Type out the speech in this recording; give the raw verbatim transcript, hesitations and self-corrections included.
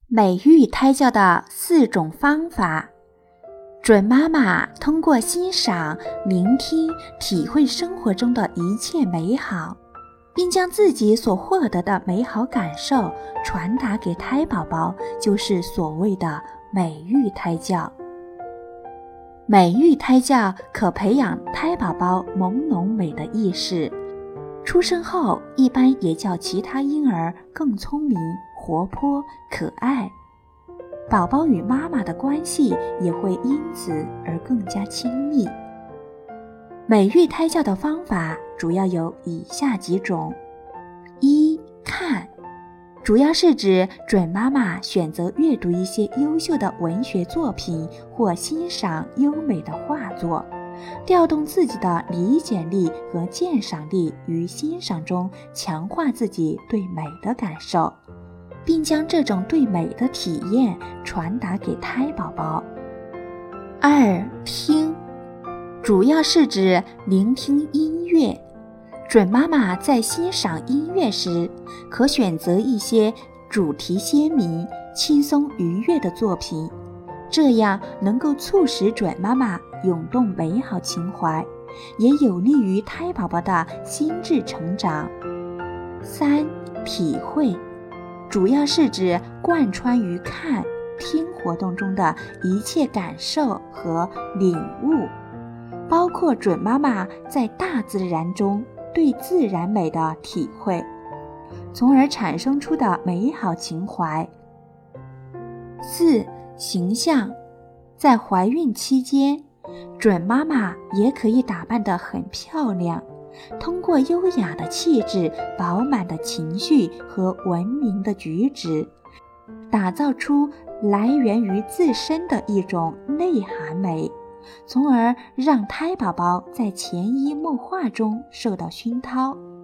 美育胎教的四种方法。准妈妈通过欣赏、聆听、体会生活中的一切美好，并将自己所获得的美好感受传达给胎宝宝，就是所谓的美育胎教。美育胎教可培养胎宝宝朦胧美的意识，出生后一般也较其他婴儿更聪明、活泼、可爱，宝宝与妈妈的关系也会因此而更加亲密。美育胎教的方法主要有以下几种：一、看，主要是指准妈妈选择阅读一些优秀的文学作品或欣赏优美的画作，调动自己的理解力和鉴赏力于欣赏中，强化自己对美的感受，并将这种对美的体验传达给胎宝宝。二、听，主要是指聆听音乐。准妈妈在欣赏音乐时，可选择一些主题鲜明、轻松愉悦的作品，这样能够促使准妈妈涌动美好情怀，也有利于胎宝宝的心智成长。三、体会，主要是指贯穿于看、听活动中的一切感受和领悟，包括准妈妈在大自然中对自然美的体会，从而产生出的美好情怀。四、形象，在怀孕期间，准妈妈也可以打扮得很漂亮，通过优雅的气质、饱满的情绪和文明的举止，打造出来源于自身的一种内涵美，从而让胎宝宝在潜移默化中受到熏陶，